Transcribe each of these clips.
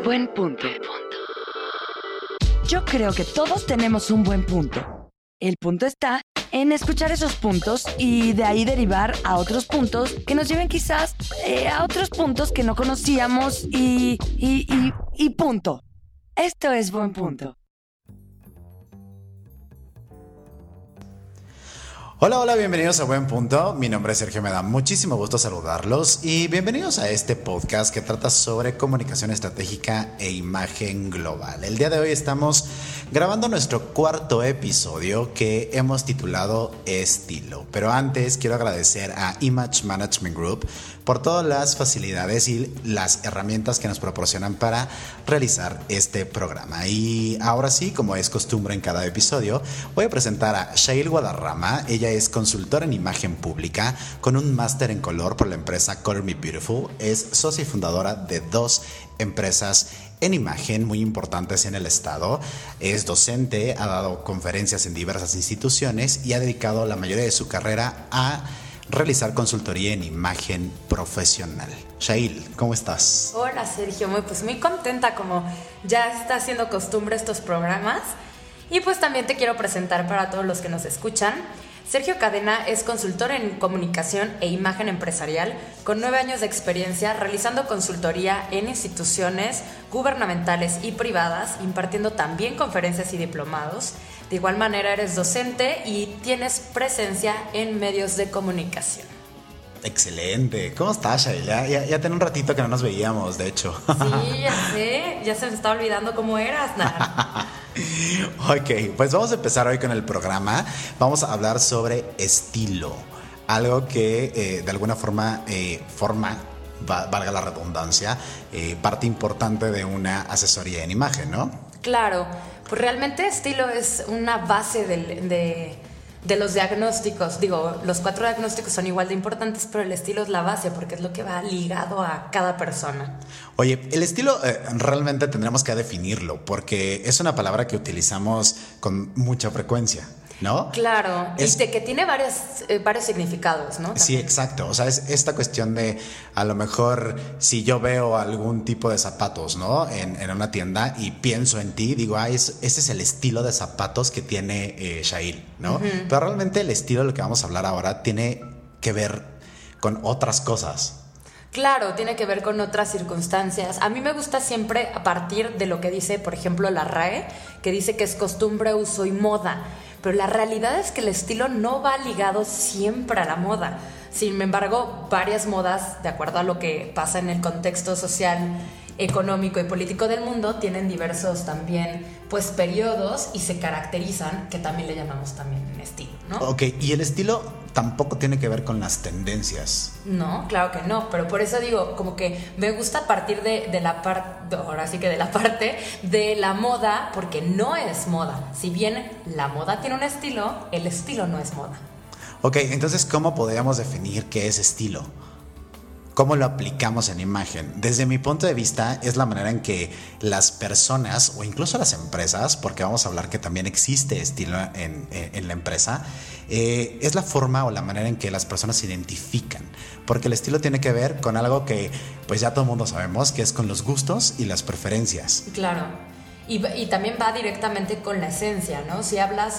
Buen punto. Yo creo que todos tenemos un buen punto. El punto está en escuchar esos puntos y de ahí derivar a otros puntos que nos lleven quizás a otros puntos que no conocíamos y punto. Esto es Buen Punto. Hola, bienvenidos a Buen Punto. Mi nombre es Sergio, me da muchísimo gusto saludarlos y bienvenidos a este podcast que trata sobre comunicación estratégica e imagen global. El día de hoy estamos grabando nuestro cuarto episodio que hemos titulado Estilo. Pero antes quiero agradecer a Image Management Group por todas las facilidades y las herramientas que nos proporcionan para realizar este programa. Y ahora sí, como es costumbre en cada episodio, voy a presentar a Shail Guadarrama. Ella es consultora en imagen pública con un máster en color por la empresa Color Me Beautiful. Es socia y fundadora de 2 empresas en imagen muy importantes en el estado. Es docente, ha dado conferencias en diversas instituciones y ha dedicado la mayoría de su carrera a realizar consultoría en imagen profesional. Shail, ¿cómo estás? Hola Sergio, muy contenta, como ya está haciendo costumbre estos programas. Y pues también te quiero presentar para todos los que nos escuchan. Sergio Cadena es consultor en comunicación e imagen empresarial con 9 años de experiencia realizando consultoría en instituciones gubernamentales y privadas, impartiendo también conferencias y diplomados. De igual manera eres docente y tienes presencia en medios de comunicación. Excelente. ¿Cómo estás, Shail? Ya tiene un ratito que no nos veíamos, de hecho. Sí, ya sé. Ya se me estaba olvidando cómo eras, Nar. Ok, pues vamos a empezar hoy con el programa. Vamos a hablar sobre estilo. Algo que de alguna forma valga la redundancia, parte importante de una asesoría en imagen, ¿no? Claro, pues realmente estilo es una base de los diagnósticos. Digo, los 4 diagnósticos son igual de importantes, pero el estilo es la base porque es lo que va ligado a cada persona. Oye, el estilo realmente tendremos que definirlo porque es una palabra que utilizamos con mucha frecuencia, ¿no? Claro, y que tiene varios significados, ¿no? También. Sí, exacto. O sea, es esta cuestión de, a lo mejor, si yo veo algún tipo de zapatos, ¿no? En una tienda y pienso en ti, digo, ese es el estilo de zapatos que tiene Shail, ¿no? Uh-huh. Pero realmente el estilo de lo que vamos a hablar ahora tiene que ver con otras cosas. Claro, tiene que ver con otras circunstancias. A mí me gusta siempre a partir de lo que dice, por ejemplo, la RAE, que dice que es costumbre, uso y moda. Pero la realidad es que el estilo no va ligado siempre a la moda. Sin embargo, varias modas, de acuerdo a lo que pasa en el contexto social, económico y político del mundo, tienen diversos también periodos y se caracterizan, que también le llamamos también estilo, ¿no? Ok, y el estilo tampoco tiene que ver con las tendencias. No, claro que no, pero por eso digo, como que me gusta partir de la parte, ahora sí que de la parte de la moda, porque no es moda. Si bien la moda tiene un estilo, el estilo no es moda. Ok, entonces, ¿cómo podríamos definir qué es estilo? ¿Cómo lo aplicamos en imagen? Desde mi punto de vista, es la manera en que las personas o incluso las empresas, porque vamos a hablar que también existe estilo en la empresa, es la forma o la manera en que las personas se identifican. Porque el estilo tiene que ver con algo que pues ya todo el mundo sabemos, que es con los gustos y las preferencias. Claro, y también va directamente con la esencia, ¿no? Si hablas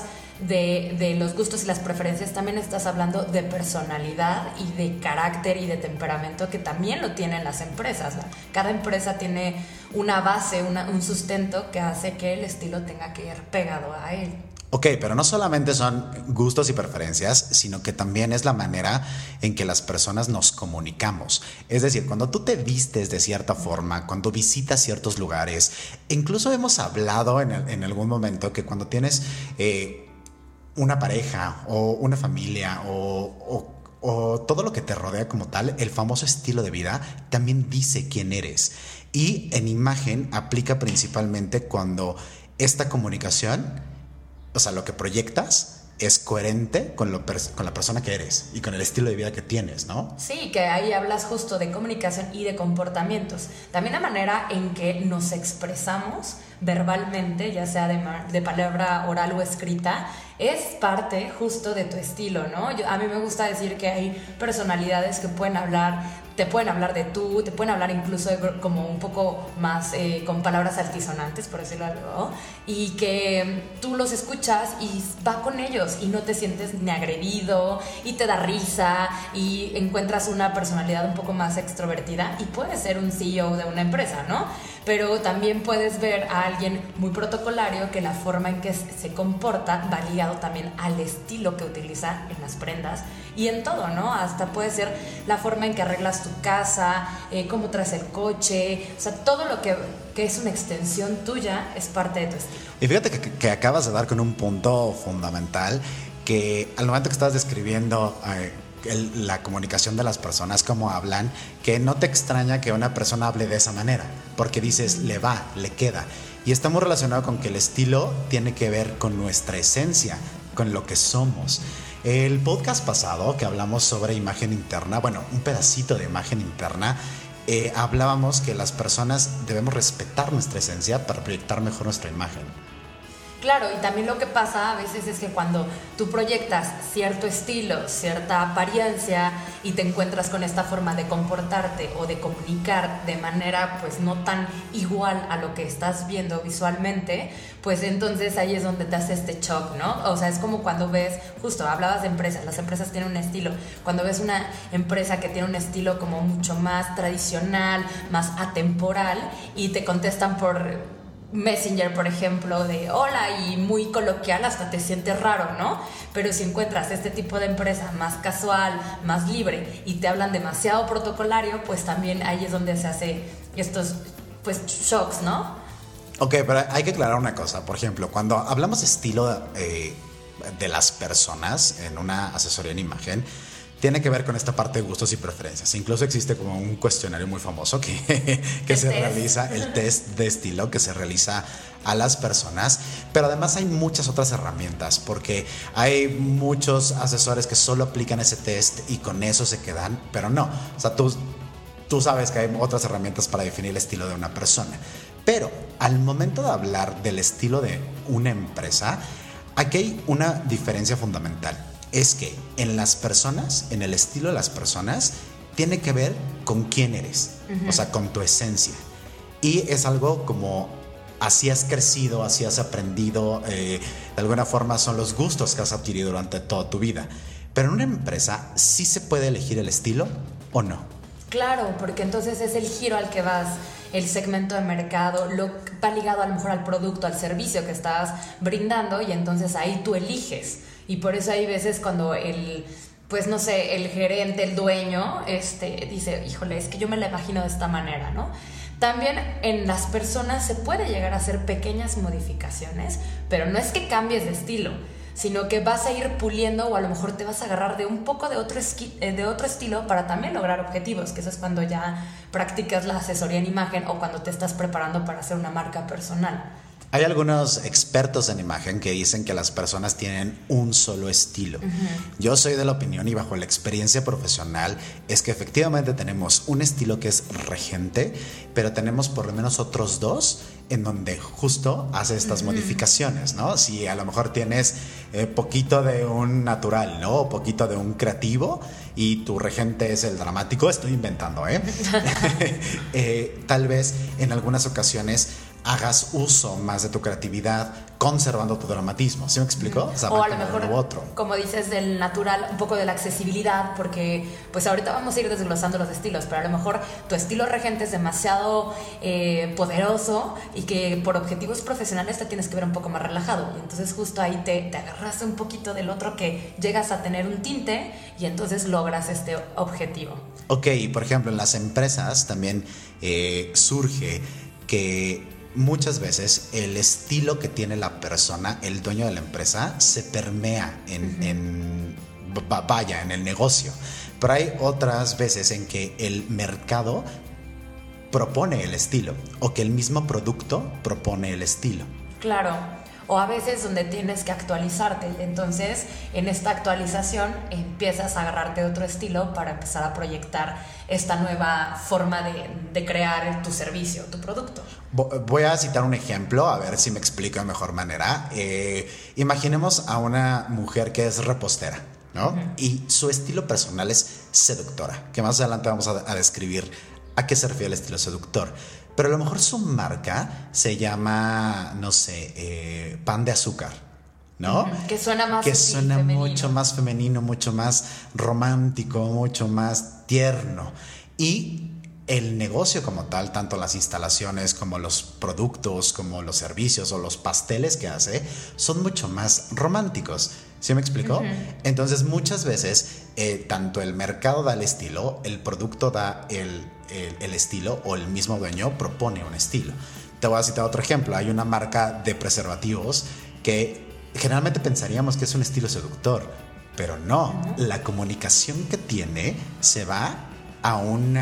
de los gustos y las preferencias, también estás hablando de personalidad y de carácter y de temperamento, que también lo tienen las empresas. Cada empresa tiene una base, un sustento que hace que el estilo tenga que ir pegado a él. Ok, pero no solamente son gustos y preferencias, sino que también es la manera en que las personas nos comunicamos. Es decir, cuando tú te vistes de cierta forma, cuando visitas ciertos lugares, incluso hemos hablado en algún momento que cuando tienes una pareja o una familia o todo lo que te rodea como tal, el famoso estilo de vida también dice quién eres. Y en imagen aplica principalmente cuando esta comunicación, o sea, lo que proyectas es coherente con la persona que eres y con el estilo de vida que tienes, ¿no? Sí, que ahí hablas justo de comunicación y de comportamientos. También la manera en que nos expresamos verbalmente, ya sea de palabra oral o escrita, es parte justo de tu estilo, ¿no? A mí me gusta decir que hay personalidades que pueden hablar te pueden hablar de tú, te pueden hablar incluso como un poco más con palabras altisonantes, por decirlo algo, y que tú los escuchas y va con ellos y no te sientes ni agredido y te da risa y encuentras una personalidad un poco más extrovertida y puedes ser un CEO de una empresa, ¿no? Pero también puedes ver a alguien muy protocolario que la forma en que se comporta va ligado también al estilo que utiliza en las prendas y en todo, ¿no? Hasta puede ser la forma en que arreglas tu casa, cómo traes el coche, o sea, todo lo que es una extensión tuya es parte de tu estilo. Y fíjate que acabas de dar con un punto fundamental, que al momento que estás describiendo la comunicación de las personas, cómo hablan, que no te extraña que una persona hable de esa manera, porque dices, le va, le queda. Y está muy relacionado con que el estilo tiene que ver con nuestra esencia, con lo que somos. El podcast pasado que hablamos sobre imagen interna, bueno, un pedacito de imagen interna, hablábamos que las personas debemos respetar nuestra esencia para proyectar mejor nuestra imagen. Claro, y también lo que pasa a veces es que cuando tú proyectas cierto estilo, cierta apariencia y te encuentras con esta forma de comportarte o de comunicar de manera pues no tan igual a lo que estás viendo visualmente, pues entonces ahí es donde te hace este shock, ¿no? O sea, es como cuando ves, justo hablabas de empresas, las empresas tienen un estilo, cuando ves una empresa que tiene un estilo como mucho más tradicional, más atemporal y te contestan por Messenger, por ejemplo, de hola y muy coloquial, hasta te sientes raro, ¿no? Pero si encuentras este tipo de empresa más casual, más libre y te hablan demasiado protocolario, pues también ahí es donde se hace estos pues shocks, ¿no? Ok, pero hay que aclarar una cosa. Por ejemplo, cuando hablamos de estilo de las personas en una asesoría en imagen, tiene que ver con esta parte de gustos y preferencias. Incluso existe como un cuestionario muy famoso que se realiza, el test de estilo que se realiza a las personas, pero además hay muchas otras herramientas, porque hay muchos asesores que solo aplican ese test y con eso se quedan, pero no, o sea, tú sabes que hay otras herramientas para definir el estilo de una persona, pero al momento de hablar del estilo de una empresa, aquí hay una diferencia fundamental. Es que en las personas, en el estilo de las personas, tiene que ver con quién eres, o sea, con tu esencia. Y es algo como así has crecido, así has aprendido, de alguna forma son los gustos que has adquirido durante toda tu vida. Pero en una empresa, ¿sí se puede elegir el estilo o no? Claro, porque entonces es el giro al que vas, el segmento de mercado, lo va ligado a lo mejor al producto, al servicio que estás brindando y entonces ahí tú eliges. Y por eso hay veces cuando pues no sé, el gerente, el dueño, dice, híjole, es que yo me la imagino de esta manera, ¿no? También en las personas se puede llegar a hacer pequeñas modificaciones, pero no es que cambies de estilo, sino que vas a ir puliendo o a lo mejor te vas a agarrar de un poco de otro estilo para también lograr objetivos, que eso es cuando ya practicas la asesoría en imagen o cuando te estás preparando para hacer una marca personal. Hay algunos expertos en imagen que dicen que las personas tienen un solo estilo. Yo soy de la opinión y bajo la experiencia profesional es que efectivamente tenemos un estilo que es regente, pero tenemos por lo menos otros dos en donde justo hace estas modificaciones, ¿no? Si a lo mejor tienes poquito de un natural, ¿no? O poquito de un creativo y tu regente es el dramático, estoy inventando, tal vez en algunas ocasiones hagas uso más de tu creatividad conservando tu dramatismo. ¿Sí me explico? O sea, o a lo mejor, como dices, del natural, un poco de la accesibilidad, porque pues ahorita vamos a ir desglosando los estilos, pero a lo mejor tu estilo regente es demasiado poderoso y que por objetivos profesionales te tienes que ver un poco más relajado. Y entonces justo ahí te agarraste un poquito del otro que llegas a tener un tinte y entonces logras este objetivo. Ok, por ejemplo, en las empresas también surge que muchas veces el estilo que tiene la persona, el dueño de la empresa, se permea en el negocio. Pero hay otras veces en que el mercado propone el estilo o que el mismo producto propone el estilo. Claro. O a veces donde tienes que actualizarte y entonces en esta actualización empiezas a agarrarte de otro estilo para empezar a proyectar esta nueva forma de crear tu servicio, tu producto. Voy a citar un ejemplo, a ver si me explico de mejor manera. Imaginemos a una mujer que es repostera, ¿no? Y su estilo personal es seductora, que más adelante vamos a describir a qué se refiere el estilo seductor. Pero a lo mejor su marca se llama, no sé, pan de azúcar, ¿no? Que suena más que suena mucho más femenino, mucho más romántico, mucho más tierno. Y el negocio como tal, tanto las instalaciones como los productos, como los servicios o los pasteles que hace, son mucho más románticos. ¿Sí me explicó? Entonces muchas veces tanto el mercado da el estilo, el producto da el estilo, o el mismo dueño propone un estilo. Te voy a citar otro ejemplo. Hay una marca de preservativos que generalmente pensaríamos que es un estilo seductor, pero no. La comunicación que tiene se va a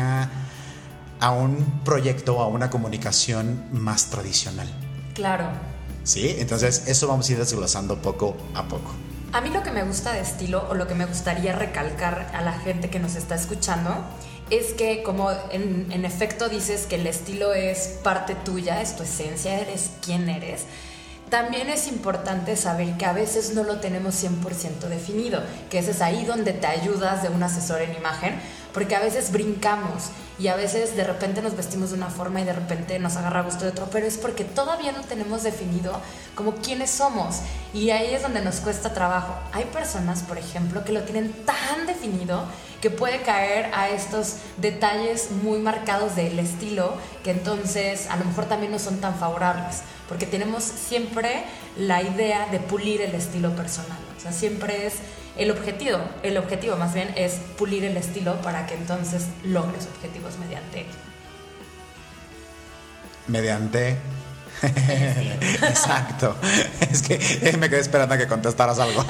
un proyecto, a una comunicación más tradicional. Claro. ¿Sí? Entonces eso vamos a ir desglosando poco a poco. A mí lo que me gusta de estilo, o lo que me gustaría recalcar a la gente que nos está escuchando, es que, como en efecto dices que el estilo es parte tuya, es tu esencia, eres quien eres, también es importante saber que a veces no lo tenemos 100% definido, que ese es ahí donde te ayudas de un asesor en imagen, porque a veces brincamos y a veces de repente nos vestimos de una forma y de repente nos agarra gusto de otro, pero es porque todavía no tenemos definido como quiénes somos, y ahí es donde nos cuesta trabajo. Hay personas, por ejemplo, que lo tienen tan definido que puede caer a estos detalles muy marcados del estilo, que entonces a lo mejor también no son tan favorables, porque tenemos siempre la idea de pulir el estilo personal. O sea, siempre es el objetivo más bien es pulir el estilo para que entonces logres objetivos mediante Exacto. Es que me quedé esperando a que contestaras algo.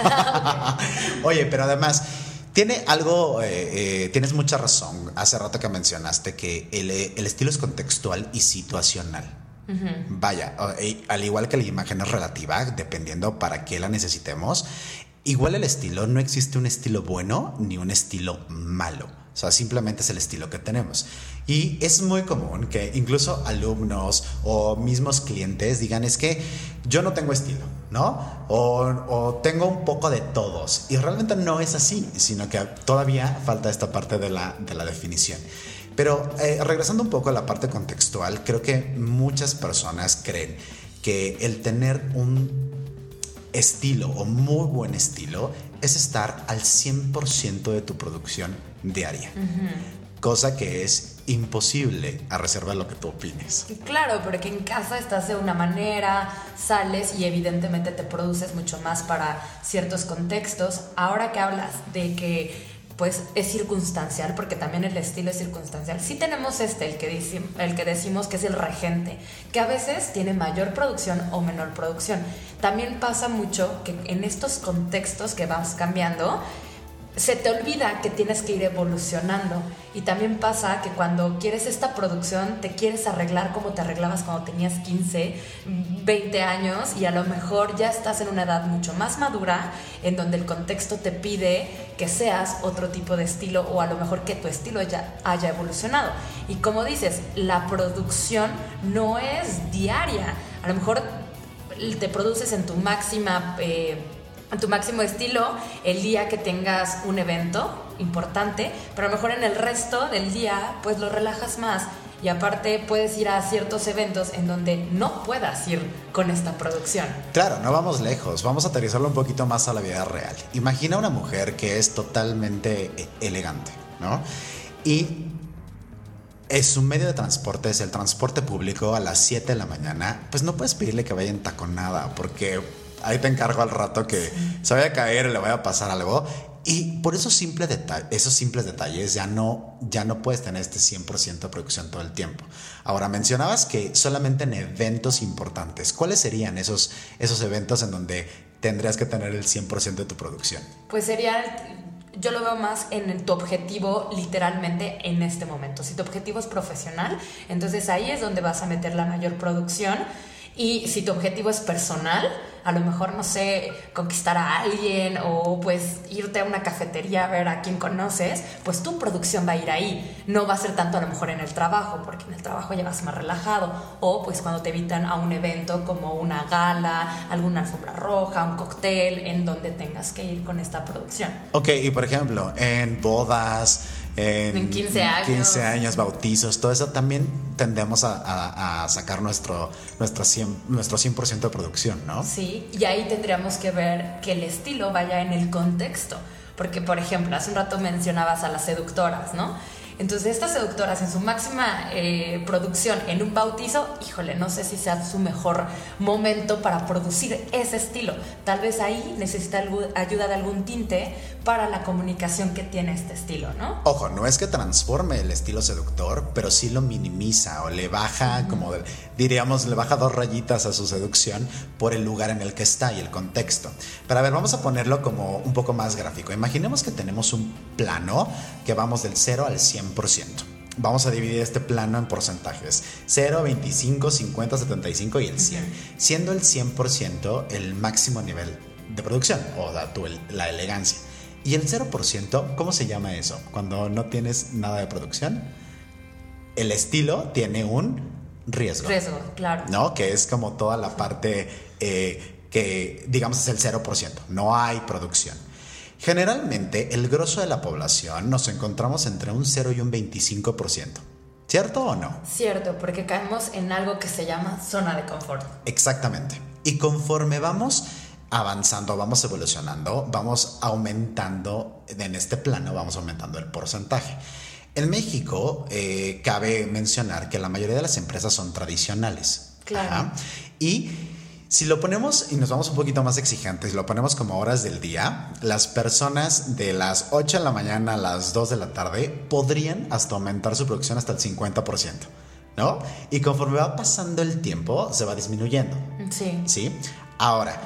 Oye, pero además tiene algo, tienes mucha razón. Hace rato que mencionaste que el estilo es contextual y situacional. Vaya, al igual que la imagen es relativa, dependiendo para qué la necesitemos. Igual el estilo, no existe un estilo bueno ni un estilo malo. O sea, simplemente es el estilo que tenemos. Y es muy común que incluso alumnos o mismos clientes digan, es que yo no tengo estilo, ¿no? O tengo un poco de todos. Y realmente no es así, sino que todavía falta esta parte de la definición. Pero regresando un poco a la parte contextual, creo que muchas personas creen que el tener un estilo o muy buen estilo es estar al 100% de tu producción diaria. Cosa que es imposible, a reserva de lo que tú opines. Claro, porque en casa estás de una manera, sales y evidentemente te produces mucho más para ciertos contextos. Ahora que hablas de que pues es circunstancial, porque también el estilo es circunstancial. Sí tenemos el que decimos que es el regente, que a veces tiene mayor producción o menor producción. También pasa mucho que en estos contextos que vas cambiando, se te olvida que tienes que ir evolucionando. Y también pasa que cuando quieres esta producción te quieres arreglar como te arreglabas cuando tenías 15, 20 años, y a lo mejor ya estás en una edad mucho más madura en donde el contexto te pide que seas otro tipo de estilo, o a lo mejor que tu estilo ya haya evolucionado. Y como dices, la producción no es diaria. A lo mejor te produces en tu máxima en tu máximo estilo el día que tengas un evento importante, pero a lo mejor en el resto del día pues lo relajas más, y aparte puedes ir a ciertos eventos en donde no puedas ir con esta producción. Claro, no vamos lejos, vamos a aterrizarlo un poquito más a la vida real. Imagina una mujer que es totalmente elegante, ¿no? Y es su medio de transporte, es el transporte público a las 7 de la mañana, pues no puedes pedirle que vaya entaconada, porque ahí te encargo al rato que se vaya a caer, le vaya a pasar algo. Y por esos simples detalles ya no puedes tener este 100% de producción todo el tiempo. Ahora, mencionabas que solamente en eventos importantes. ¿Cuáles serían esos eventos en donde tendrías que tener el 100% de tu producción? Pues yo lo veo más en tu objetivo literalmente en este momento. Si tu objetivo es profesional, entonces ahí es donde vas a meter la mayor producción. Y si tu objetivo es personal, a lo mejor, no sé, conquistar a alguien o pues irte a una cafetería a ver a quién conoces, pues tu producción va a ir ahí. No va a ser tanto a lo mejor en el trabajo, porque en el trabajo ya vas más relajado. O pues cuando te invitan a un evento como una gala, alguna alfombra roja, un cóctel, en donde tengas que ir con esta producción. Ok, y por ejemplo, en bodas, en 15 años, bautizos, todo eso también tendemos a sacar nuestro 100% de producción, ¿no? Sí, y ahí tendríamos que ver que el estilo vaya en el contexto. Porque, por ejemplo, hace un rato mencionabas a las seductoras, ¿no? Entonces, estas seductoras en su máxima producción en un bautizo, híjole, no sé si sea su mejor momento para producir ese estilo. Tal vez ahí necesita ayuda de algún tinte para la comunicación que tiene este estilo, ¿no? Ojo, no es que transforme el estilo seductor, pero sí lo minimiza o le baja, diríamos, le baja 2 rayitas a su seducción por el lugar en el que está y el contexto. Pero a ver, vamos a ponerlo como un poco más gráfico. Imaginemos que tenemos un plano que vamos del 0 al 100%. Vamos a dividir este plano en porcentajes: 0, 25, 50, 75 y el 100. Siendo el 100% el máximo nivel de producción, o sea, la elegancia. Y el 0%, ¿cómo se llama eso? Cuando no tienes nada de producción. El estilo tiene un riesgo. Riesgo, claro. ¿No? Que es como toda la parte que, digamos, es el 0%. No hay producción. Generalmente, el grosso de la población nos encontramos entre un 0 y un 25%. ¿Cierto o no? Cierto, porque caemos en algo que se llama zona de confort. Exactamente. Y conforme vamos avanzando, vamos evolucionando, vamos aumentando en este plano, vamos aumentando el porcentaje. En México, cabe mencionar que la mayoría de las empresas son tradicionales. Claro. Ajá. Y si lo ponemos y nos vamos un poquito más exigentes, si lo ponemos como horas del día, las personas de las 8 de la mañana a las 2 de la tarde podrían hasta aumentar su producción hasta el 50%, ¿no? Y conforme va pasando el tiempo, se va disminuyendo. Sí. ¿Sí? Ahora,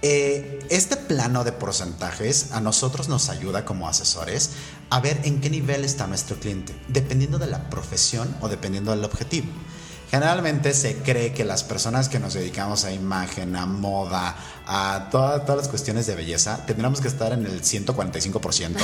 este plano de porcentajes a nosotros nos ayuda como asesores a ver en qué nivel está nuestro cliente, dependiendo de la profesión o dependiendo del objetivo. Generalmente se cree que las personas que nos dedicamos a imagen, a moda, a todas las cuestiones de belleza, tendríamos que estar en el 145%.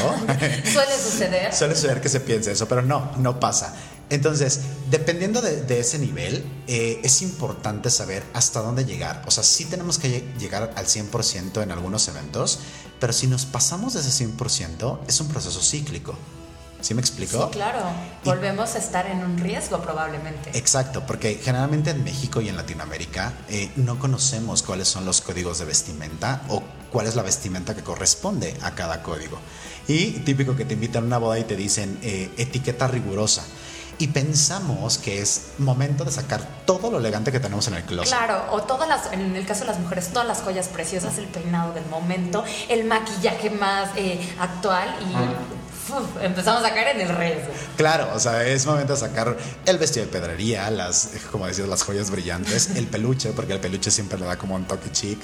Suele suceder. Suele suceder que se piense eso, pero no pasa. Entonces, dependiendo de ese nivel, es importante saber hasta dónde llegar. O sea, sí tenemos que llegar al 100% en algunos eventos, pero si nos pasamos de ese 100%, es un proceso cíclico. ¿Sí me explico? Sí, claro. Volvemos a estar en un riesgo probablemente. Exacto, porque generalmente en México y en Latinoamérica no conocemos cuáles son los códigos de vestimenta o cuál es la vestimenta que corresponde a cada código. Y típico que te invitan a una boda y te dicen etiqueta rigurosa. Y pensamos que es momento de sacar todo lo elegante que tenemos en el closet. Claro, o en el caso de las mujeres, todas las joyas preciosas, el peinado del momento, el maquillaje más actual y empezamos a caer en el riesgo. Claro, o sea, es momento de sacar el vestido de pedrería, como decías, las joyas brillantes, el peluche, porque el peluche siempre le da como un toque chic.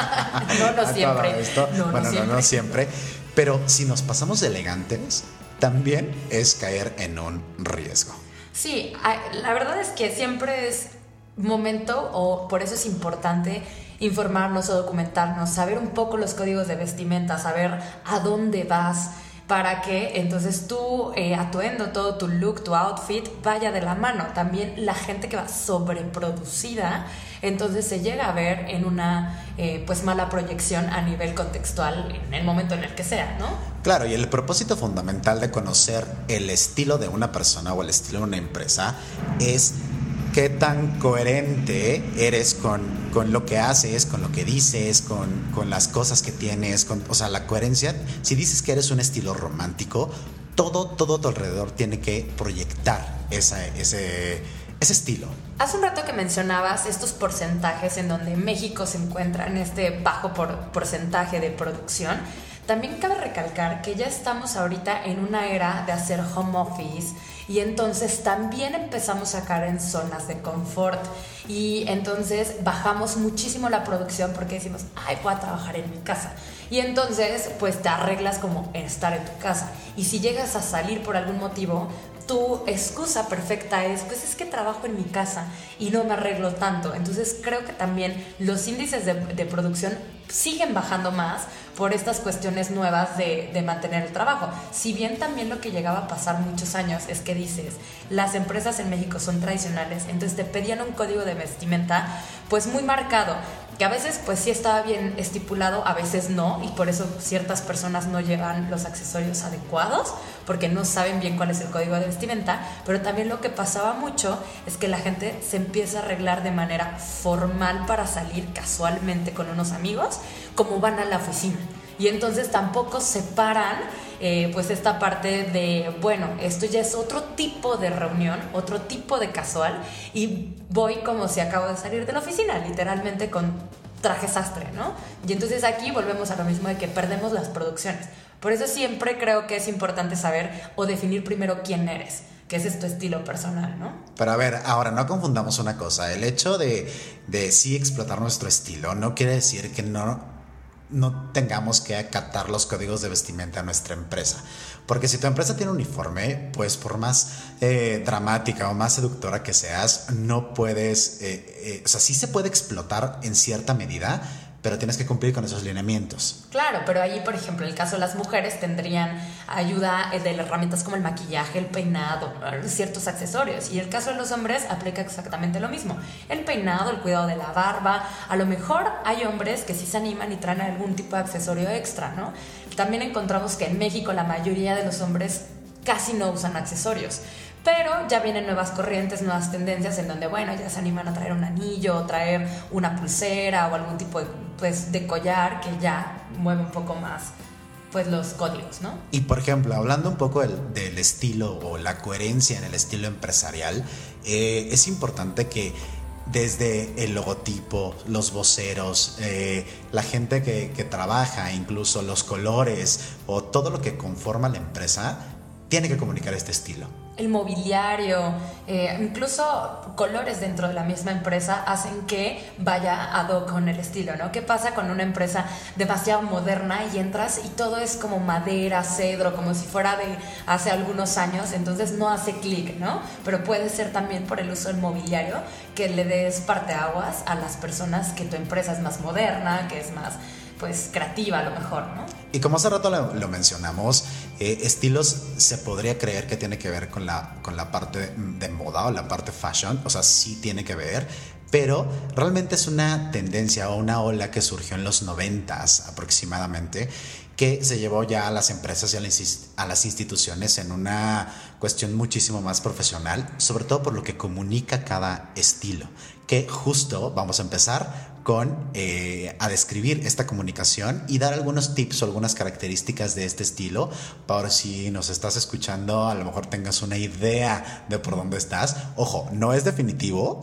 No siempre. No siempre. Pero si nos pasamos de elegantes, también es caer en un riesgo. Sí, la verdad es que siempre es momento, o por eso es importante informarnos o documentarnos, saber un poco los códigos de vestimenta, saber a dónde vas, para que entonces tu atuendo, todo tu look, tu outfit vaya de la mano. También la gente que va sobreproducida, entonces se llega a ver en una pues mala proyección a nivel contextual en el momento en el que sea, ¿no? Claro, y el propósito fundamental de conocer el estilo de una persona o el estilo de una empresa es qué tan coherente eres con lo que haces, con lo que dices, con las cosas que tienes, o sea, la coherencia. Si dices que eres un estilo romántico, todo a tu alrededor tiene que proyectar ese estilo. Hace un rato que mencionabas estos porcentajes en donde México se encuentra en este bajo porcentaje de producción. También cabe recalcar que ya estamos ahorita en una era de hacer home office y entonces también empezamos a caer en zonas de confort y entonces bajamos muchísimo la producción porque decimos, voy a trabajar en mi casa. Y entonces pues te arreglas como en estar en tu casa. Y si llegas a salir por algún motivo, tu excusa perfecta es, pues es que trabajo en mi casa y no me arreglo tanto. Entonces creo que también los índices de producción siguen bajando más por estas cuestiones nuevas de mantener el trabajo. Si bien también lo que llegaba a pasar muchos años es que dices, las empresas en México son tradicionales, entonces te pedían un código de vestimenta pues muy marcado, que a veces pues sí estaba bien estipulado, a veces no, y por eso ciertas personas no llevan los accesorios adecuados, porque no saben bien cuál es el código de vestimenta. Pero también lo que pasaba mucho es que la gente se empieza a arreglar de manera formal para salir casualmente con unos amigos, como van a la oficina. Y entonces tampoco separan pues esta parte de, bueno, esto ya es otro tipo de reunión, otro tipo de casual, y voy como si acabo de salir de la oficina, literalmente con traje sastre, ¿no? Y entonces aquí volvemos a lo mismo de que perdemos las producciones. Por eso siempre creo que es importante saber o definir primero quién eres, que ese es tu estilo personal, ¿no? Pero a ver, ahora no confundamos una cosa. El hecho de sí explotar nuestro estilo no quiere decir que no tengamos que acatar los códigos de vestimenta a nuestra empresa. Porque si tu empresa tiene un uniforme, pues por más dramática o más seductora que seas, no puedes, o sea, sí se puede explotar en cierta medida, pero tienes que cumplir con esos lineamientos. Claro, pero ahí, por ejemplo, en el caso de las mujeres tendrían ayuda de herramientas como el maquillaje, el peinado, ciertos accesorios. Y en el caso de los hombres aplica exactamente lo mismo. El peinado, el cuidado de la barba. A lo mejor hay hombres que sí se animan y traen algún tipo de accesorio extra, ¿no? También encontramos que en México la mayoría de los hombres casi no usan accesorios. Pero ya vienen nuevas corrientes, nuevas tendencias en donde, bueno, ya se animan a traer un anillo, o traer una pulsera o algún tipo de collar que ya mueve un poco más pues los códigos, ¿no? Y por ejemplo, hablando un poco del estilo o la coherencia en el estilo empresarial, es importante que desde el logotipo, los voceros, la gente que trabaja, incluso los colores o todo lo que conforma la empresa, tiene que comunicar este estilo. El mobiliario, incluso colores dentro de la misma empresa hacen que vaya ad hoc con el estilo, ¿no? ¿Qué pasa con una empresa demasiado moderna y entras y todo es como madera, cedro, como si fuera de hace algunos años? Entonces no hace clic, ¿no? Pero puede ser también por el uso del mobiliario que le des parteaguas a las personas que tu empresa es más moderna, que es más pues creativa a lo mejor, ¿no? Y como hace rato lo mencionamos, estilos se podría creer que tiene que ver con la parte de moda o la parte fashion, o sea, sí tiene que ver, pero realmente es una tendencia o una ola que surgió en los 90s aproximadamente, que se llevó ya a las empresas y a las instituciones en una cuestión muchísimo más profesional, sobre todo por lo que comunica cada estilo, que justo vamos a empezar con a describir esta comunicación y dar algunos tips o algunas características de este estilo para si nos estás escuchando a lo mejor tengas una idea de por dónde estás. Ojo, no es definitivo.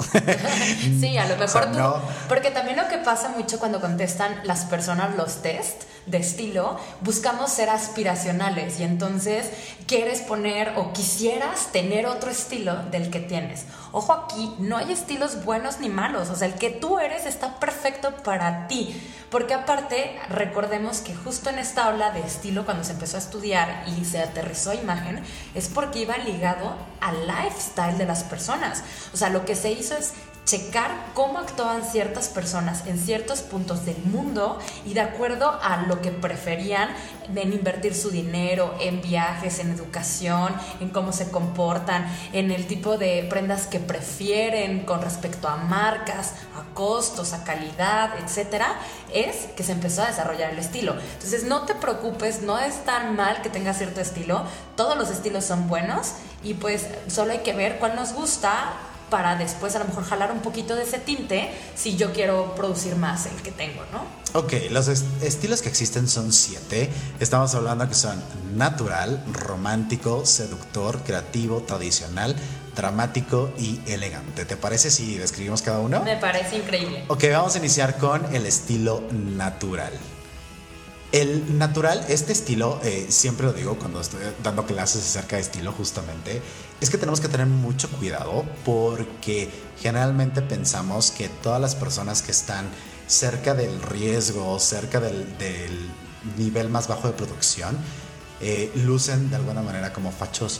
Sí, a lo mejor o sea, no. Porque también lo que pasa mucho cuando contestan las personas los test de estilo, buscamos ser aspiracionales y entonces quieres poner o quisieras tener otro estilo del que tienes. Ojo, aquí no hay estilos buenos ni malos, o sea, el que tú eres está perfecto para ti, porque aparte recordemos que justo en esta ola de estilo cuando se empezó a estudiar y se aterrizó a imagen es porque iba ligado al lifestyle de las personas. O sea, lo que se hizo es checar cómo actuaban ciertas personas en ciertos puntos del mundo y de acuerdo a lo que preferían en invertir su dinero, en viajes, en educación, en cómo se comportan, en el tipo de prendas que prefieren con respecto a marcas, a costos, a calidad, etcétera, es que se empezó a desarrollar el estilo. Entonces no te preocupes, no es tan mal que tengas cierto estilo, todos los estilos son buenos y pues solo hay que ver cuál nos gusta para después a lo mejor jalar un poquito de ese tinte si yo quiero producir más el que tengo, ¿no? Ok, los estilos que existen son 7. Estamos hablando que son natural, romántico, seductor, creativo, tradicional, dramático y elegante. ¿Te parece si describimos cada uno? Me parece increíble. Ok, vamos a iniciar con el estilo natural. El natural, este estilo, siempre lo digo cuando estoy dando clases acerca de estilo justamente, es que tenemos que tener mucho cuidado porque generalmente pensamos que todas las personas que están cerca del riesgo, cerca del nivel más bajo de producción, lucen de alguna manera como fachosos.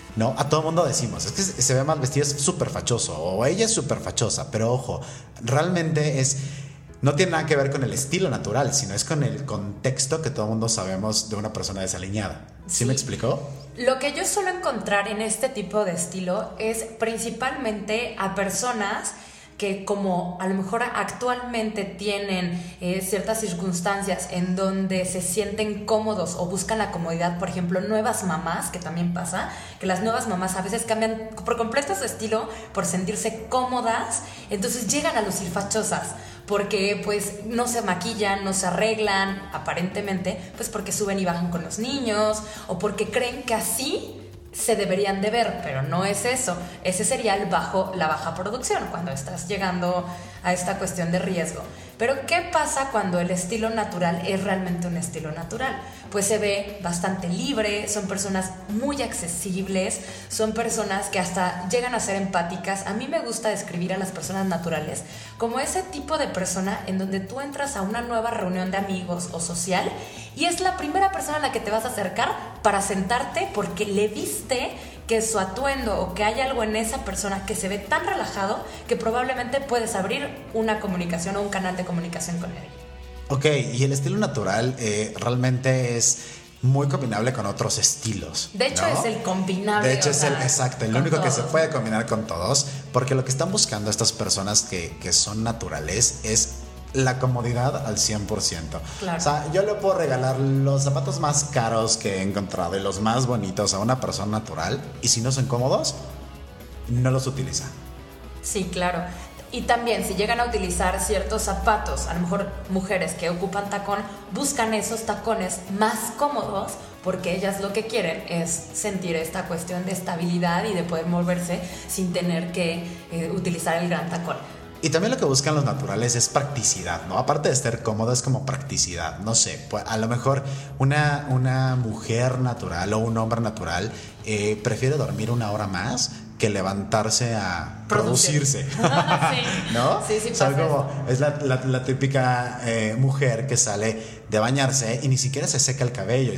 ¿no? A todo mundo decimos, es que se ve mal vestido, es súper fachoso, o ella es súper fachosa, pero ojo, realmente no tiene nada que ver con el estilo natural, sino es con el contexto que todo mundo sabemos de una persona desaliñada. ¿Sí me explicó? Lo que yo suelo encontrar en este tipo de estilo es principalmente a personas que como a lo mejor actualmente tienen ciertas circunstancias en donde se sienten cómodos o buscan la comodidad, por ejemplo, nuevas mamás, que también pasa, que las nuevas mamás a veces cambian por completo su estilo por sentirse cómodas, entonces llegan a lucir fachosas, porque pues no se maquillan, no se arreglan, aparentemente, pues porque suben y bajan con los niños, o porque creen que así se deberían de ver, pero no es eso. Ese sería la baja producción, cuando estás llegando a esta cuestión de riesgo. Pero ¿qué pasa cuando el estilo natural es realmente un estilo natural? Pues se ve bastante libre, son personas muy accesibles, son personas que hasta llegan a ser empáticas. A mí me gusta describir a las personas naturales como ese tipo de persona en donde tú entras a una nueva reunión de amigos o social y es la primera persona a la que te vas a acercar para sentarte porque le viste que su atuendo o que hay algo en esa persona que se ve tan relajado que probablemente puedes abrir una comunicación o un canal de comunicación con él. Ok, y el estilo natural realmente es muy combinable con otros estilos. De hecho, ¿no? Es el combinable. De hecho, es el único todos, que se puede combinar con todos, porque lo que están buscando estas personas que son naturales es la comodidad al 100%. Claro. O sea, yo le puedo regalar los zapatos más caros que he encontrado y los más bonitos a una persona natural, y si no son cómodos, no los utiliza. Sí, claro. Y también si llegan a utilizar ciertos zapatos, a lo mejor mujeres que ocupan tacón, buscan esos tacones más cómodos porque ellas lo que quieren es sentir esta cuestión de estabilidad y de poder moverse sin tener que utilizar el gran tacón. Y también lo que buscan los naturales es practicidad, ¿no? Aparte de estar cómodo, es como practicidad. No sé, pues a lo mejor una mujer natural o un hombre natural prefiere dormir una hora más que levantarse a producirse. Sí. ¿No? Sí, o sea, como es la típica mujer que sale de bañarse y ni siquiera se seca el cabello y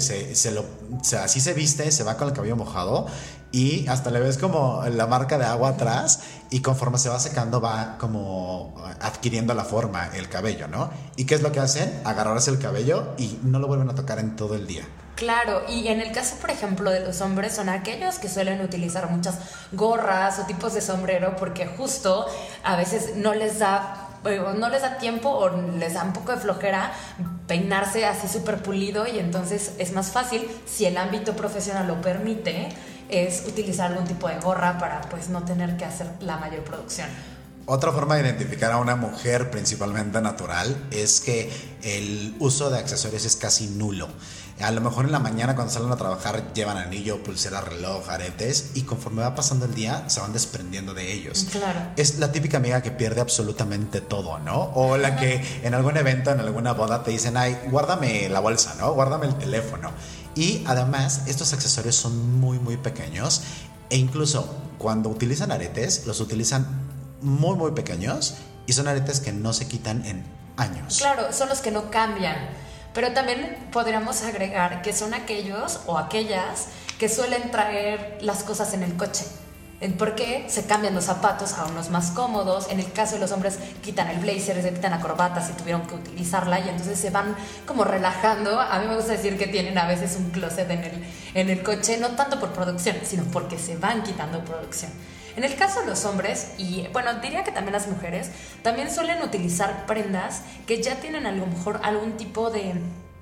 así se viste, se va con el cabello mojado y hasta le ves como la marca de agua atrás y conforme se va secando va como adquiriendo la forma el cabello, ¿no? ¿Y qué es lo que hacen? Agarrarse el cabello y no lo vuelven a tocar en todo el día. Claro, y en el caso, por ejemplo, de los hombres, son aquellos que suelen utilizar muchas gorras o tipos de sombrero porque justo a veces no les da tiempo o les da un poco de flojera peinarse así súper pulido y entonces es más fácil, si el ámbito profesional lo permite, es utilizar algún tipo de gorra para pues no tener que hacer la mayor producción. Otra forma de identificar a una mujer principalmente natural es que el uso de accesorios es casi nulo. A lo mejor en la mañana cuando salen a trabajar llevan anillo, pulsera, reloj, aretes y conforme va pasando el día se van desprendiendo de ellos. Claro. Es la típica amiga que pierde absolutamente todo, ¿no? O la que en algún evento, en alguna boda te dicen, ay, guárdame la bolsa, ¿no? Guárdame el teléfono. Y además estos accesorios son muy, muy pequeños e incluso cuando utilizan aretes, los utilizan muy, muy pequeños y son aretes que no se quitan en años. Claro, son los que no cambian. Pero también podríamos agregar que son aquellos o aquellas que suelen traer las cosas en el coche. Porque se cambian los zapatos a unos más cómodos. En el caso de los hombres quitan el blazer, se quitan la corbata si tuvieron que utilizarla y entonces se van como relajando. A mí me gusta decir que tienen a veces un closet en el coche, no tanto por producción, sino porque se van quitando producción. En el caso de los hombres, y bueno, diría que también las mujeres, también suelen utilizar prendas que ya tienen a lo mejor algún tipo de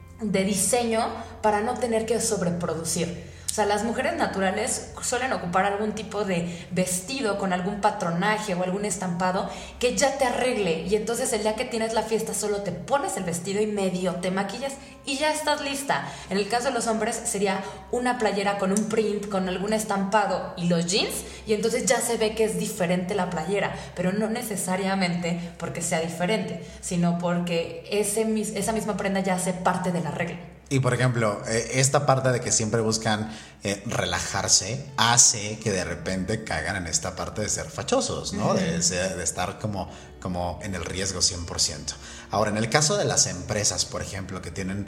diseño para no tener que sobreproducir. O sea, las mujeres naturales suelen ocupar algún tipo de vestido con algún patronaje o algún estampado que ya te arregle y entonces el día que tienes la fiesta solo te pones el vestido y medio te maquillas y ya estás lista. En el caso de los hombres sería una playera con un print, con algún estampado y los jeans y entonces ya se ve que es diferente la playera, pero no necesariamente porque sea diferente, sino porque esa misma prenda ya hace parte del arreglo. Y por ejemplo, esta parte de que siempre buscan relajarse hace que de repente caigan en esta parte de ser fachosos, ¿no? De estar como en el riesgo 100%. Ahora, en el caso de las empresas, por ejemplo, que tienen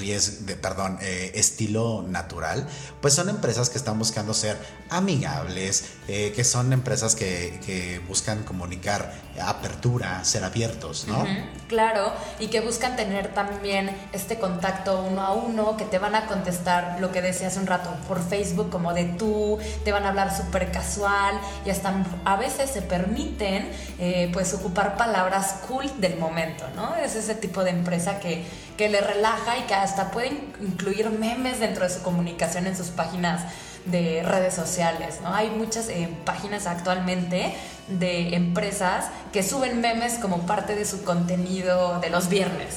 estilo natural, pues son empresas que están buscando ser amigables, que son empresas que buscan comunicar apertura, ser abiertos, ¿no? Claro, y que buscan tener también este contacto uno a uno, que te van a contestar lo que decía hace un rato por Facebook como de tú, te van a hablar súper casual y hasta a veces se permiten pues ocupar palabras cool del momento, ¿no? Es ese tipo de empresa que le relaja y que hasta pueden incluir memes dentro de su comunicación en sus páginas de redes sociales, ¿no? Hay muchas páginas actualmente de empresas que suben memes como parte de su contenido de los viernes.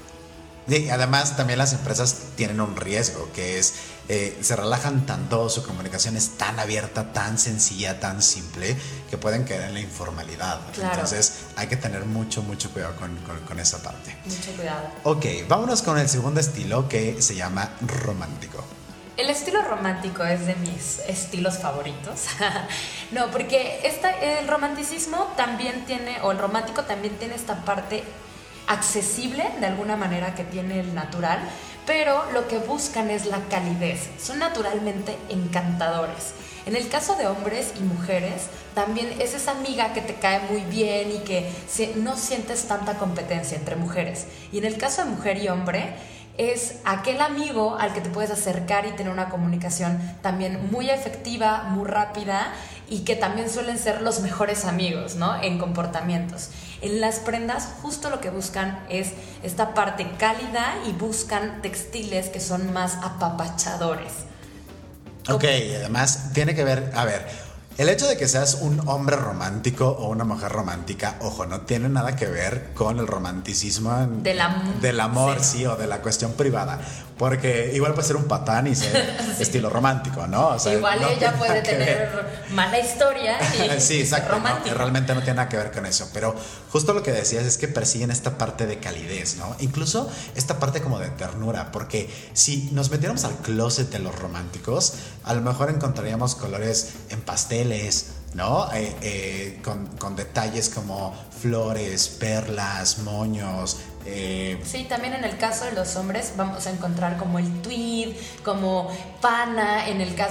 Y además también las empresas tienen un riesgo, que es se relajan tanto, su comunicación es tan abierta, tan sencilla, tan simple, que pueden caer en la informalidad. Claro. Entonces hay que tener mucho cuidado con esa parte. Mucho cuidado. Ok, vámonos con el segundo estilo, que se llama romántico. El estilo romántico es de mis estilos favoritos. No, porque el romanticismo también tiene, o el romántico también tiene esta parte accesible de alguna manera que tiene el natural, pero lo que buscan es la calidez. Son naturalmente encantadores. En el caso de hombres y mujeres, también es esa amiga que te cae muy bien y que no sientes tanta competencia entre mujeres. Y en el caso de mujer y hombre, es aquel amigo al que te puedes acercar y tener una comunicación también muy efectiva, muy rápida, y que también suelen ser los mejores amigos, ¿no? En comportamientos. En las prendas justo lo que buscan es esta parte cálida y buscan textiles que son más apapachadores. Ok, además tiene que ver, a ver, el hecho de que seas un hombre romántico o una mujer romántica, ojo, no tiene nada que ver con el romanticismo del amor, sí, o de la cuestión privada. Porque igual puede ser un patán y ser estilo romántico, ¿no? O sea, igual no ella puede tener mala historia y sí, exacto, romántico. No, realmente no tiene nada que ver con eso. Pero justo lo que decías es que persiguen esta parte de calidez, ¿no? Incluso esta parte como de ternura. Porque si nos metiéramos al closet de los románticos, a lo mejor encontraríamos colores en pasteles, ¿no? Con detalles como flores, perlas, moños. Sí, también en el caso de los hombres vamos a encontrar como el tweed, como pana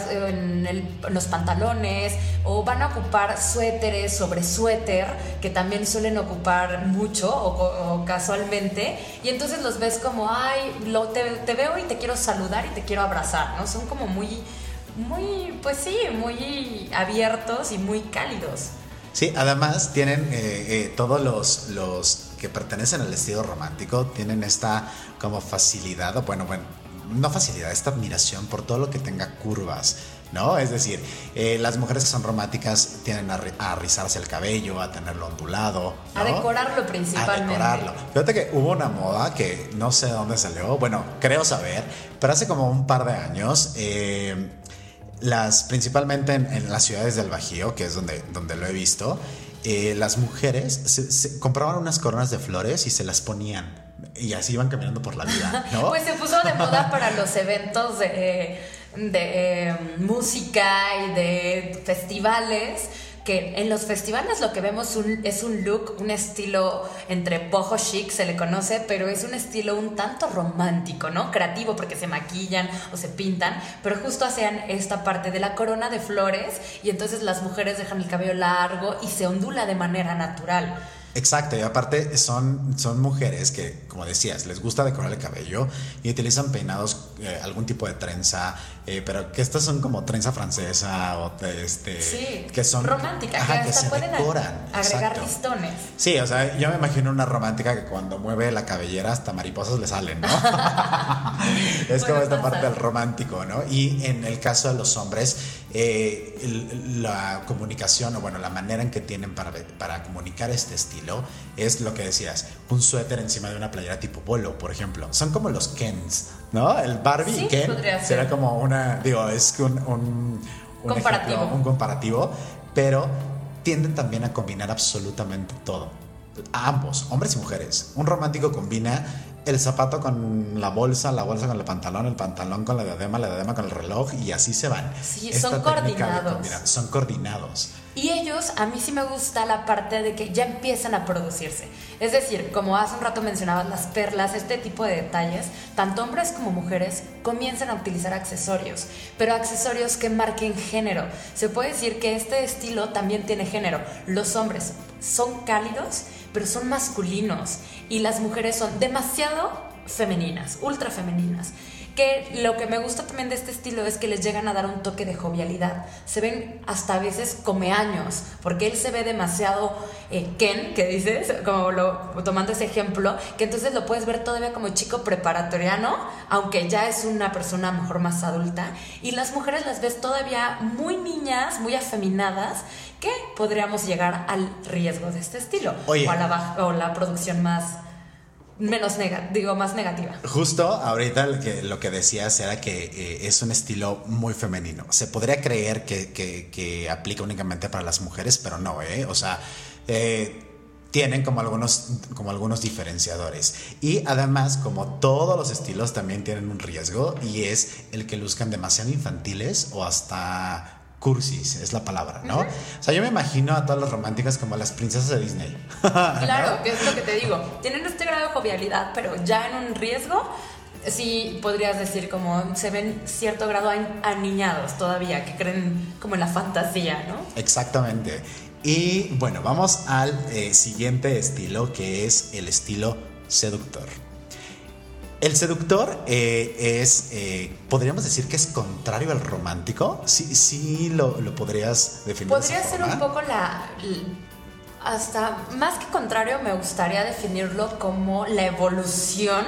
en los pantalones, o van a ocupar suéteres sobre suéter, que también suelen ocupar mucho o casualmente, y entonces los ves como, ay, te veo y te quiero saludar y te quiero abrazar, ¿no? Son como muy, pues sí, muy abiertos y muy cálidos. Sí, además tienen todos los que pertenecen al estilo romántico tienen esta como facilidad, o bueno, no facilidad, esta admiración por todo lo que tenga curvas, ¿no? Es decir, las mujeres que son románticas tienden a rizarse el cabello, a tenerlo ondulado, ¿no? A decorarlo principalmente. A decorarlo. Fíjate que hubo una moda que no sé de dónde salió, bueno, creo saber, pero hace como un par de años, principalmente en las ciudades del Bajío, que es donde lo he visto, las mujeres se compraban unas coronas de flores y se las ponían y así iban caminando por la vida, ¿no? Pues se puso de moda para los eventos de música y de festivales, que en los festivales lo que vemos es un look, un estilo entre boho chic se le conoce, pero es un estilo un tanto romántico, ¿no? Creativo, porque se maquillan o se pintan, pero justo hacían esta parte de la corona de flores y entonces las mujeres dejan el cabello largo y se ondula de manera natural. Exacto, y aparte son mujeres que, como decías, les gusta decorar el cabello y utilizan peinados, algún tipo de trenza, pero que estas son como trenza francesa o sí, que son románticas, ajá, que hasta pueden agregar exacto. listones. Sí, o sea, yo me imagino una romántica que cuando mueve la cabellera hasta mariposas le salen, ¿no? Es como esta parte del romántico, ¿no? Y en el caso de los hombres, la comunicación, o bueno, la manera en que tienen para comunicar este estilo es lo que decías, un suéter encima de una playera tipo polo, por ejemplo. Son como los Kens, ¿no? El Barbie sí, y Ken será como es un comparativo. Ejemplo, un comparativo, pero tienden también a combinar absolutamente todo. A ambos, hombres y mujeres. Un romántico combina el zapato con la bolsa con el pantalón con la diadema con el reloj, y así se van. Sí, son coordinados. Son coordinados. Y ellos, a mí sí me gusta la parte de que ya empiezan a producirse. Es decir, como hace un rato mencionabas, las perlas, este tipo de detalles, tanto hombres como mujeres comienzan a utilizar accesorios, pero accesorios que marquen género. Se puede decir que este estilo también tiene género. Los hombres son cálidos, pero son masculinos, y las mujeres son demasiado femeninas, ultra femeninas. Que lo que me gusta también de este estilo es que les llegan a dar un toque de jovialidad. Se ven hasta a veces comeaños, porque él se ve demasiado Ken, que dices, como tomando ese ejemplo, que entonces lo puedes ver todavía como chico preparatoriano, aunque ya es una persona a lo mejor más adulta. Y las mujeres las ves todavía muy niñas, muy afeminadas, que podríamos llegar al riesgo de este estilo. Oye. O la producción más negativa. Justo ahorita lo que decías era que es un estilo muy femenino. Se podría creer que aplica únicamente para las mujeres, pero no, o sea, tienen como algunos diferenciadores. Y además, como todos los estilos, también tienen un riesgo, y es el que luzcan demasiado infantiles o hasta cursis, es la palabra, ¿no? O sea, yo me imagino a todas las románticas como las princesas de Disney. Claro, ¿no? Que es lo que te digo. Tienen este grado de jovialidad, pero ya en un riesgo, sí podrías decir como se ven cierto grado aniñados todavía, que creen como en la fantasía, ¿no? Exactamente. Y bueno, vamos al siguiente estilo, que es el estilo seductor. El seductor podríamos decir que es contrario al romántico. Sí lo podrías definir. Podría ser un poco hasta más que contrario, me gustaría definirlo como la evolución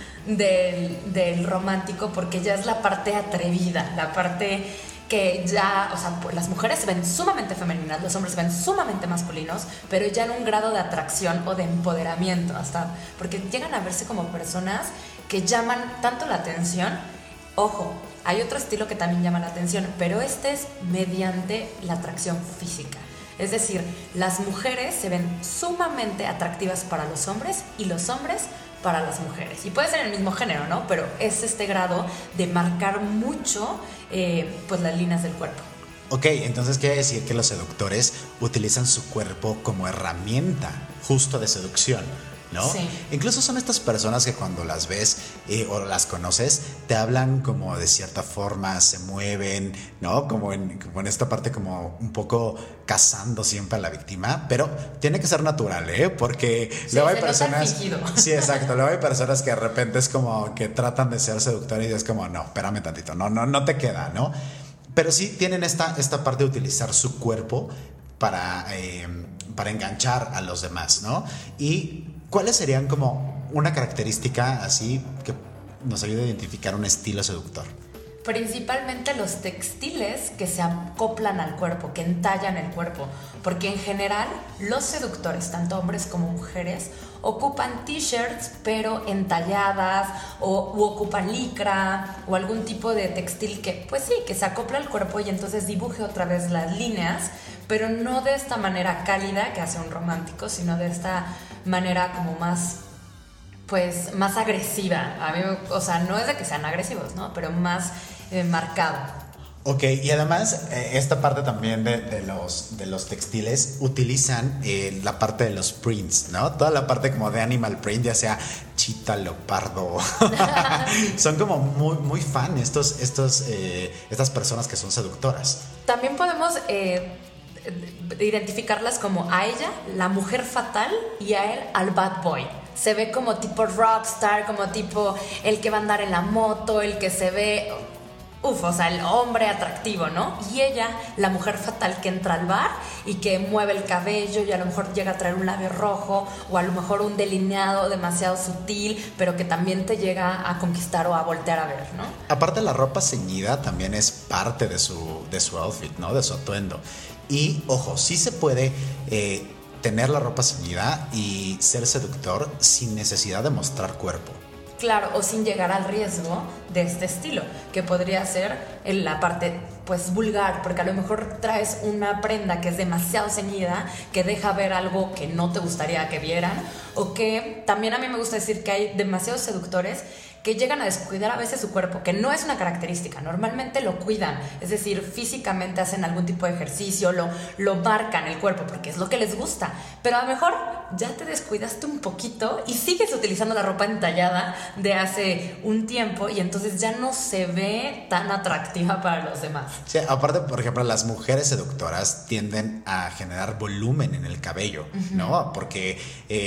del romántico, porque ya es la parte atrevida, la parte que ya, o sea, las mujeres se ven sumamente femeninas, los hombres se ven sumamente masculinos, pero ya en un grado de atracción o de empoderamiento, hasta porque llegan a verse como personas que llaman tanto la atención. Ojo, hay otro estilo que también llama la atención, pero este es mediante la atracción física. Es decir, las mujeres se ven sumamente atractivas para los hombres y los hombres para las mujeres. Y puede ser el mismo género, ¿no? Pero es este grado de marcar mucho pues las líneas del cuerpo. Ok, entonces quiere decir que los seductores utilizan su cuerpo como herramienta justo de seducción, ¿no? Sí. Incluso son estas personas que cuando las ves o las conoces, te hablan como de cierta forma, se mueven, ¿no? Como en esta parte como un poco cazando siempre a la víctima, pero tiene que ser natural, porque sí, luego hay personas... fingido. Sí, exacto, luego hay personas que de repente es como que tratan de ser seductores y es como, no, espérame tantito, no te queda, ¿no? Pero sí tienen esta parte de utilizar su cuerpo para enganchar a los demás, ¿no? Y ¿cuáles serían como una característica así que nos ayude a identificar un estilo seductor? Principalmente los textiles que se acoplan al cuerpo, que entallan el cuerpo, porque en general los seductores, tanto hombres como mujeres, ocupan t-shirts pero entalladas u ocupan licra o algún tipo de textil que, pues sí, que se acopla al cuerpo y entonces dibuje otra vez las líneas, pero no de esta manera cálida que hace un romántico, sino de esta manera como más, pues, más agresiva. A mí, o sea, no es de que sean agresivos, ¿no? Pero más marcado. Ok, y además esta parte también de los textiles utilizan la parte de los prints, ¿no? Toda la parte como de animal print, ya sea chita, leopardo. Son como muy, muy fan estas personas que son seductoras. También podemos identificarlas como a ella, la mujer fatal, y a él, al bad boy. Se ve como tipo rockstar, como tipo el que va a andar en la moto, el que se ve... o sea, el hombre atractivo, ¿no? Y ella, la mujer fatal que entra al bar y que mueve el cabello y a lo mejor llega a traer un labio rojo o a lo mejor un delineado demasiado sutil, pero que también te llega a conquistar o a voltear a ver, ¿no? Aparte, la ropa ceñida también es parte de su outfit, ¿no? De su atuendo. Y, ojo, sí se puede tener la ropa ceñida y ser seductor sin necesidad de mostrar cuerpo. Claro, o sin llegar al riesgo de este estilo, que podría ser en la parte pues vulgar, porque a lo mejor traes una prenda que es demasiado ceñida, que deja ver algo que no te gustaría que vieran, o que también a mí me gusta decir que hay demasiados seductores que llegan a descuidar a veces su cuerpo, que no es una característica, normalmente lo cuidan, es decir, físicamente hacen algún tipo de ejercicio, lo marcan el cuerpo porque es lo que les gusta, pero a lo mejor ya te descuidaste un poquito y sigues utilizando la ropa entallada de hace un tiempo y entonces ya no se ve tan atractiva para los demás. Sí, aparte, por ejemplo, las mujeres seductoras tienden a generar volumen en el cabello, ¿no? Porque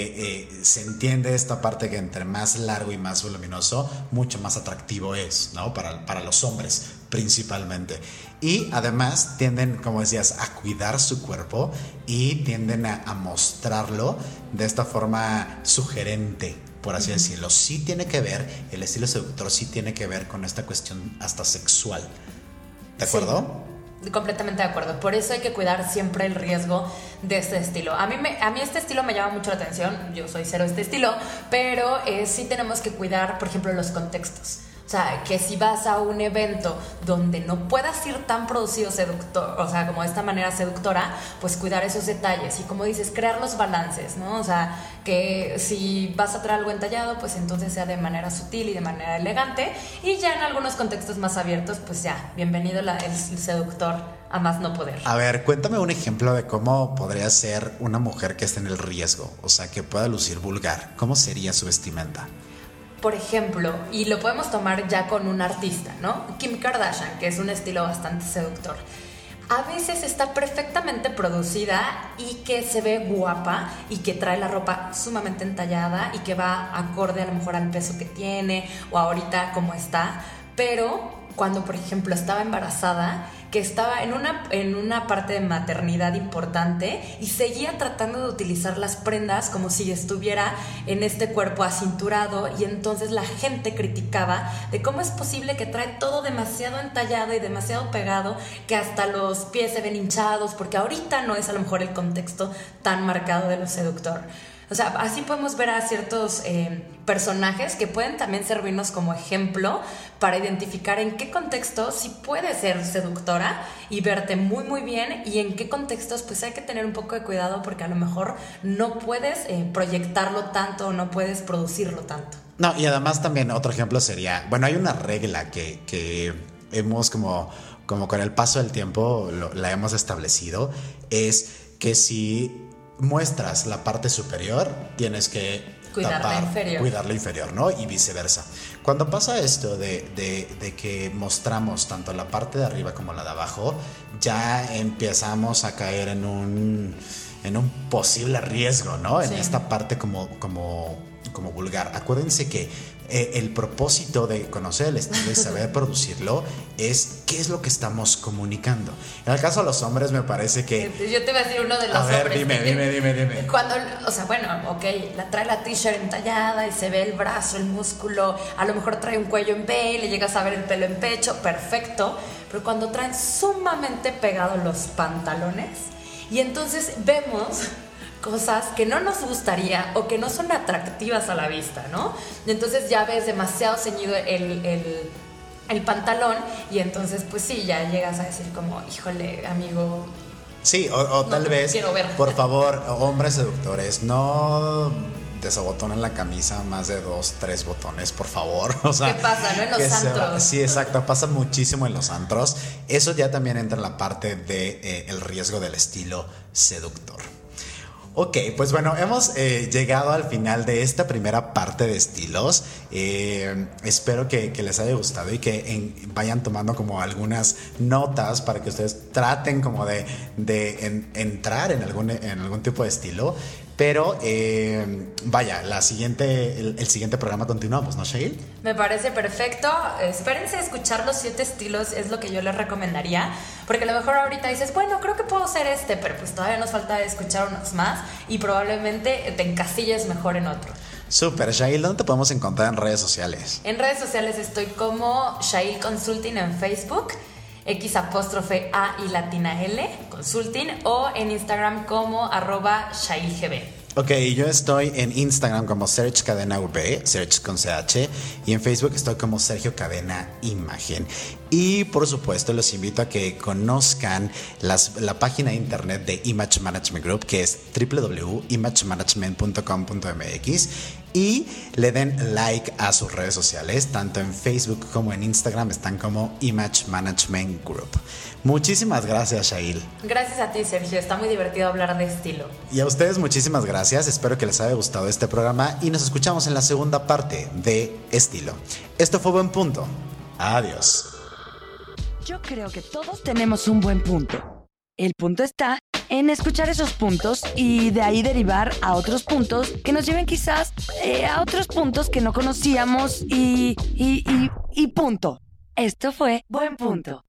se entiende esta parte que entre más largo y más voluminoso, mucho más atractivo es, ¿no? Para los hombres principalmente. Y además tienden, como decías, a cuidar su cuerpo y tienden a mostrarlo de esta forma sugerente, por así decirlo. Sí tiene que ver, el estilo seductor sí tiene que ver con esta cuestión hasta sexual. ¿De acuerdo? Sí, completamente de acuerdo. Por eso hay que cuidar siempre el riesgo de este estilo. A mí este estilo me llama mucho la atención. Yo soy cero este estilo, pero sí tenemos que cuidar, por ejemplo, los contextos. O sea, que si vas a un evento donde no puedas ir tan producido seductor, o sea, como de esta manera seductora, pues cuidar esos detalles y, como dices, crear los balances, ¿no? O sea, que si vas a traer algo entallado, pues entonces sea de manera sutil y de manera elegante, y ya en algunos contextos más abiertos, pues ya, bienvenido el seductor a más no poder. A ver, cuéntame un ejemplo de cómo podría ser una mujer que esté en el riesgo, o sea, que pueda lucir vulgar. ¿Cómo sería su vestimenta? Por ejemplo, y lo podemos tomar ya con un artista, ¿no? Kim Kardashian, que es un estilo bastante seductor. A veces está perfectamente producida y que se ve guapa y que trae la ropa sumamente entallada y que va acorde a lo mejor al peso que tiene o ahorita como está, pero cuando, por ejemplo, estaba embarazada, que estaba en una parte de maternidad importante y seguía tratando de utilizar las prendas como si estuviera en este cuerpo acinturado, y entonces la gente criticaba de cómo es posible que trae todo demasiado entallado y demasiado pegado, que hasta los pies se ven hinchados, porque ahorita no es a lo mejor el contexto tan marcado de lo seductor. O sea, así podemos ver a ciertos personajes que pueden también servirnos como ejemplo para identificar en qué contexto sí puedes ser seductora y verte muy muy bien, y en qué contextos pues hay que tener un poco de cuidado porque a lo mejor no puedes proyectarlo tanto o no puedes producirlo tanto. No, y además también otro ejemplo sería, bueno, hay una regla que hemos como con el paso del tiempo la hemos establecido, es que si muestras la parte superior, tienes que cuidar la inferior, ¿no? Y viceversa. Cuando pasa esto de que mostramos tanto la parte de arriba como la de abajo, ya empezamos a caer en un posible riesgo, ¿no? Sí. En esta parte como vulgar. Acuérdense que el propósito de conocer el estilo y saber producirlo es qué es lo que estamos comunicando. En el caso de los hombres me parece que... Yo te voy a decir uno de los hombres. A ver, dime. Cuando, o sea, bueno, ok, trae la t-shirt entallada y se ve el brazo, el músculo, a lo mejor trae un cuello en V y le llegas a ver el pelo en pecho, perfecto, pero cuando traen sumamente pegados los pantalones y entonces vemos cosas que no nos gustaría o que no son atractivas a la vista, ¿no? Entonces ya ves demasiado ceñido el pantalón y entonces pues sí, ya llegas a decir como, híjole, amigo. Sí, o tal vez, por favor, hombres seductores, no desabotonen la camisa más de 2, 3 botones, por favor. O sea, ¿qué pasa, no? En los antros. Sí, exacto, pasa muchísimo en los antros. Eso ya también entra en la parte de el riesgo del estilo seductor. Ok, pues bueno, hemos llegado al final de esta primera parte de estilos. Espero que les haya gustado y que vayan tomando como algunas notas para que ustedes traten como de entrar en algún tipo de estilo. Pero vaya, el siguiente programa continuamos, ¿no, Shail? Me parece perfecto. Espérense a escuchar los 7 estilos, es lo que yo les recomendaría. Porque a lo mejor ahorita dices, bueno, creo que puedo ser pero pues todavía nos falta escuchar unos más y probablemente te encasilles mejor en otro. Súper, Shail, ¿dónde te podemos encontrar en redes sociales? En redes sociales estoy como Shail Consulting en Facebook, X''A y latina L, Consulting, o en Instagram como @ShailGB. Ok, yo estoy en Instagram como Serge Cadena V, Serge con CH, y en Facebook estoy como Sergio Cadena Imagen. Y por supuesto los invito a que conozcan la página de internet de Image Management Group, que es www.imagemanagement.com.mx, y le den like a sus redes sociales, tanto en Facebook como en Instagram están como Image Management Group. Muchísimas gracias, Shail. Gracias a ti, Sergio, está muy divertido hablar de estilo. Y a ustedes muchísimas gracias, espero que les haya gustado este programa y nos escuchamos en la segunda parte de Estilo. Esto fue Buen Punto. Adiós. Yo creo que todos tenemos un buen punto. El punto está en escuchar esos puntos y de ahí derivar a otros puntos que nos lleven quizás a otros puntos que no conocíamos y punto. Esto fue Buen Punto.